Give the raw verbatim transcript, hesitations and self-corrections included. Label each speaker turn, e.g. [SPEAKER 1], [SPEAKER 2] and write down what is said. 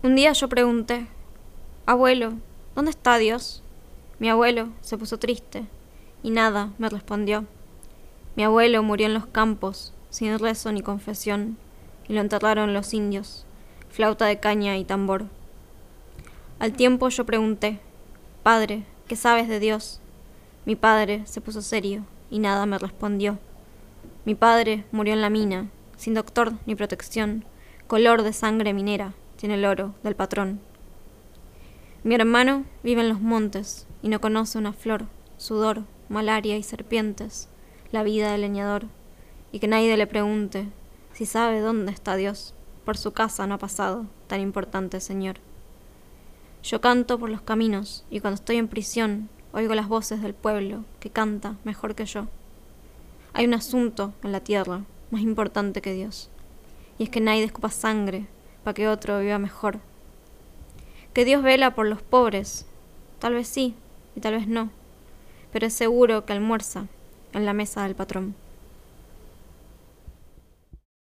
[SPEAKER 1] Un día yo pregunté: abuelo, ¿dónde está Dios? Mi abuelo se puso triste y nada me respondió. Mi abuelo murió en los campos, sin rezo ni confesión, y lo enterraron los indios, flauta de caña y tambor. Al tiempo yo pregunté: padre, ¿qué sabes de Dios? Mi padre se puso serio y nada me respondió. Mi padre murió en la mina, sin doctor ni protección, color de sangre minera tiene el oro del patrón. Mi hermano vive en los montes y no conoce una flor, sudor, malaria y serpientes, la vida del leñador, y que nadie le pregunte si sabe dónde está Dios, por su casa no ha pasado tan importante señor. Yo canto por los caminos y cuando estoy en prisión oigo las voces del pueblo que canta mejor que yo. Hay un asunto en la tierra más importante que Dios, y es que nadie escupa sangre para que otro viva mejor. Que Dios vela por los pobres, tal vez sí y tal vez no, pero es seguro que almuerza en la mesa del patrón.